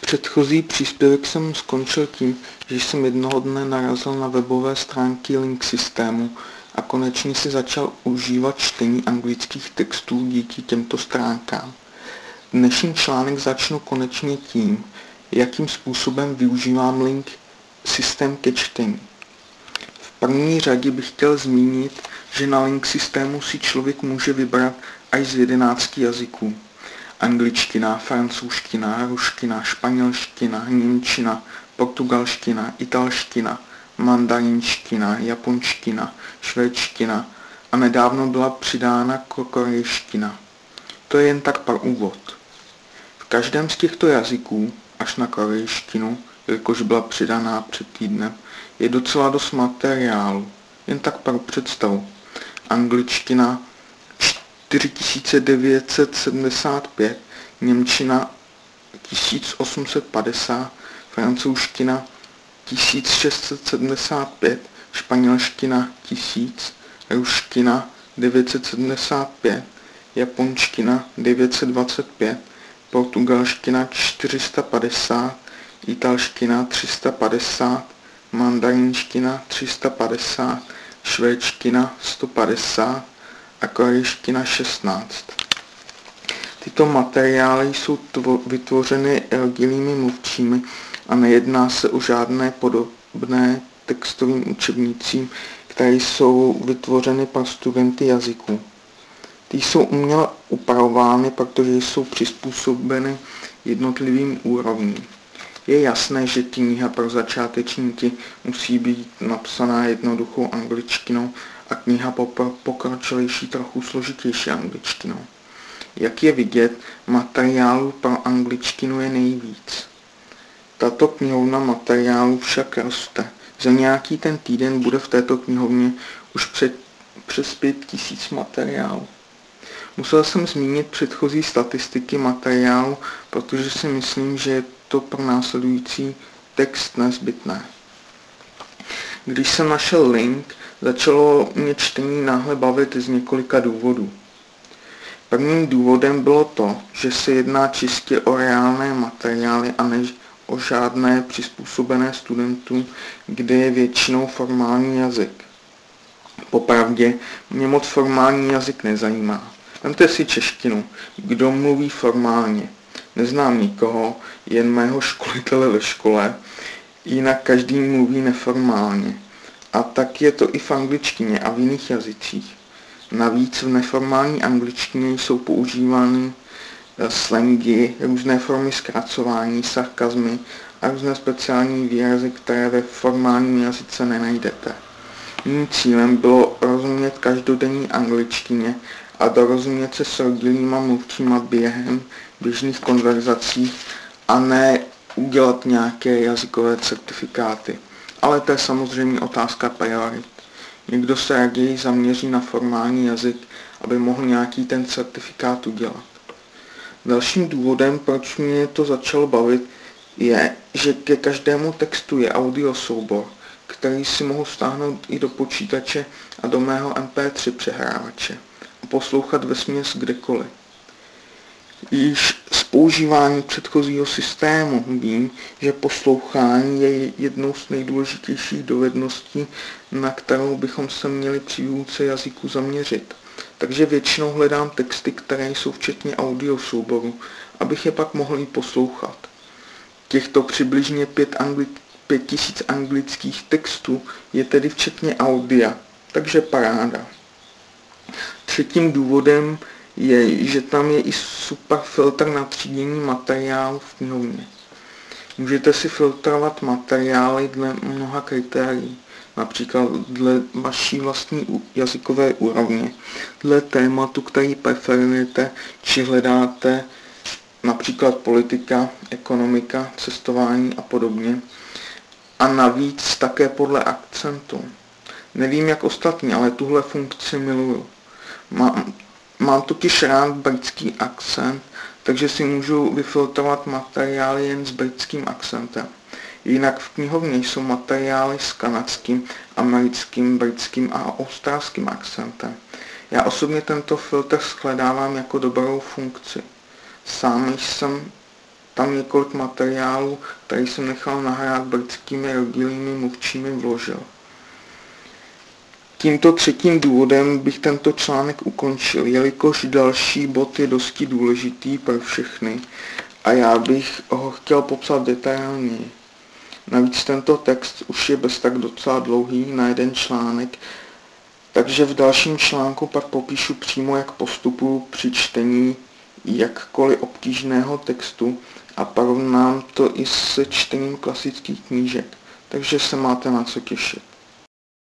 Předchozí příspěvek jsem skončil tím, že jsem jednoho dne narazil na webové stránky Link systému a konečně si začal užívat čtení anglických textů díky těmto stránkám. Dnešní článek začnu konečně tím, jakým způsobem využívám Link systém ke čtení. V první řadě bych chtěl zmínit, že na Link systému si člověk může vybrat až z 11 jazyků. Angličtina, francouzština, ruština, španělština, němčina, portugalština, italština, mandarinština, japonština, švédština a nedávno byla přidána korejština. To je jen tak pro úvod. V každém z těchto jazyků, až na korejštinu, jelikož byla přidaná před týdnem, je docela dost materiálu. Jen tak pro představu. Angličtina 4975, němčina 1850, francouzština 1675, španělština 1000, ruština 975, japonština 925, portugalština 450, italština 350, mandarinština 350, švédština 150 a korejština 16. Tyto materiály jsou vytvořeny rodilými mluvčími a nejedná se o žádné podobné textovým učebnicím, které jsou vytvořeny pro studenty jazyků. Ty jsou uměle upravovány, protože jsou přizpůsobeny jednotlivým úrovním. Je jasné, že kniha pro začátečníky musí být napsaná jednoduchou angličtinou a kniha pro pokročilejší trochu složitější angličtinou. Jak je vidět, materiálu pro angličtinu je nejvíc. Tato knihovna materiálu však roste. Za nějaký ten týden bude v této knihovně už přes 5000 materiálů. Musel jsem zmínit předchozí statistiky materiálu, protože si myslím, že je to pro následující text nezbytné. Když jsem našel link, začalo mě čtení náhle bavit z několika důvodů. Prvním důvodem bylo to, že se jedná čistě o reálné materiály a ne o žádné přizpůsobené studentům, kde je většinou formální jazyk. Popravdě mě moc formální jazyk nezajímá. Vemte si češtinu. Kdo mluví formálně? Neznám nikoho, jen mého školitele ve škole, jinak každý mluví neformálně. A tak je to i v angličtině a v jiných jazycích. Navíc v neformální angličtině jsou používány slangy, různé formy zkracování, sarkazmy a různé speciální výrazy, které ve formálním jazyce nenajdete. Mým cílem bylo rozumět každodenní angličtině a dorozumět se s rodilýma mluvčíma během běžných konverzací a ne udělat nějaké jazykové certifikáty. Ale to je samozřejmě otázka priorit. Někdo se raději zaměří na formální jazyk, aby mohl nějaký ten certifikát udělat. Dalším důvodem, proč mě to začalo bavit, je, že ke každému textu je audio soubor, který si mohu stáhnout i do počítače a do mého MP3 přehrávače a poslouchat vesměs kdekoliv. Již z používání předchozího systému vím, že poslouchání je jednou z nejdůležitějších dovedností, na kterou bychom se měli při výuce jazyku zaměřit. Takže většinou hledám texty, které jsou včetně audio souboru, abych je pak mohl i poslouchat. Těchto přibližně 5000 anglických textů je tedy včetně audia, takže paráda. Třetím důvodem je, že tam je i super filtr na třídění materiálu v knihovně. Můžete si filtrovat materiály dle mnoha kritérií, například dle vaší vlastní jazykové úrovně, dle tématu, který preferujete, či hledáte například politika, ekonomika, cestování a podobně. A navíc také podle akcentu. Nevím jak ostatní, ale tuhle funkci miluju. Mám totiž rád britský akcent, takže si můžu vyfiltrovat materiály jen s britským akcentem. Jinak v knihovně jsou materiály s kanadským, americkým, britským a australským akcentem. Já osobně tento filtr shledávám jako dobrou funkci. Sám jsem tam několik materiálů, který jsem nechal nahrát britskými rodilými mluvčími, vložil. Tímto třetím důvodem bych tento článek ukončil, jelikož další bod je dosti důležitý pro všechny a já bych ho chtěl popsat detailněji. Navíc tento text už je bez tak docela dlouhý na jeden článek, takže v dalším článku pak popíšu přímo, jak postupuji při čtení jakkoliv obtížného textu a porovnám to i se čtením klasických knížek, takže se máte na co těšit.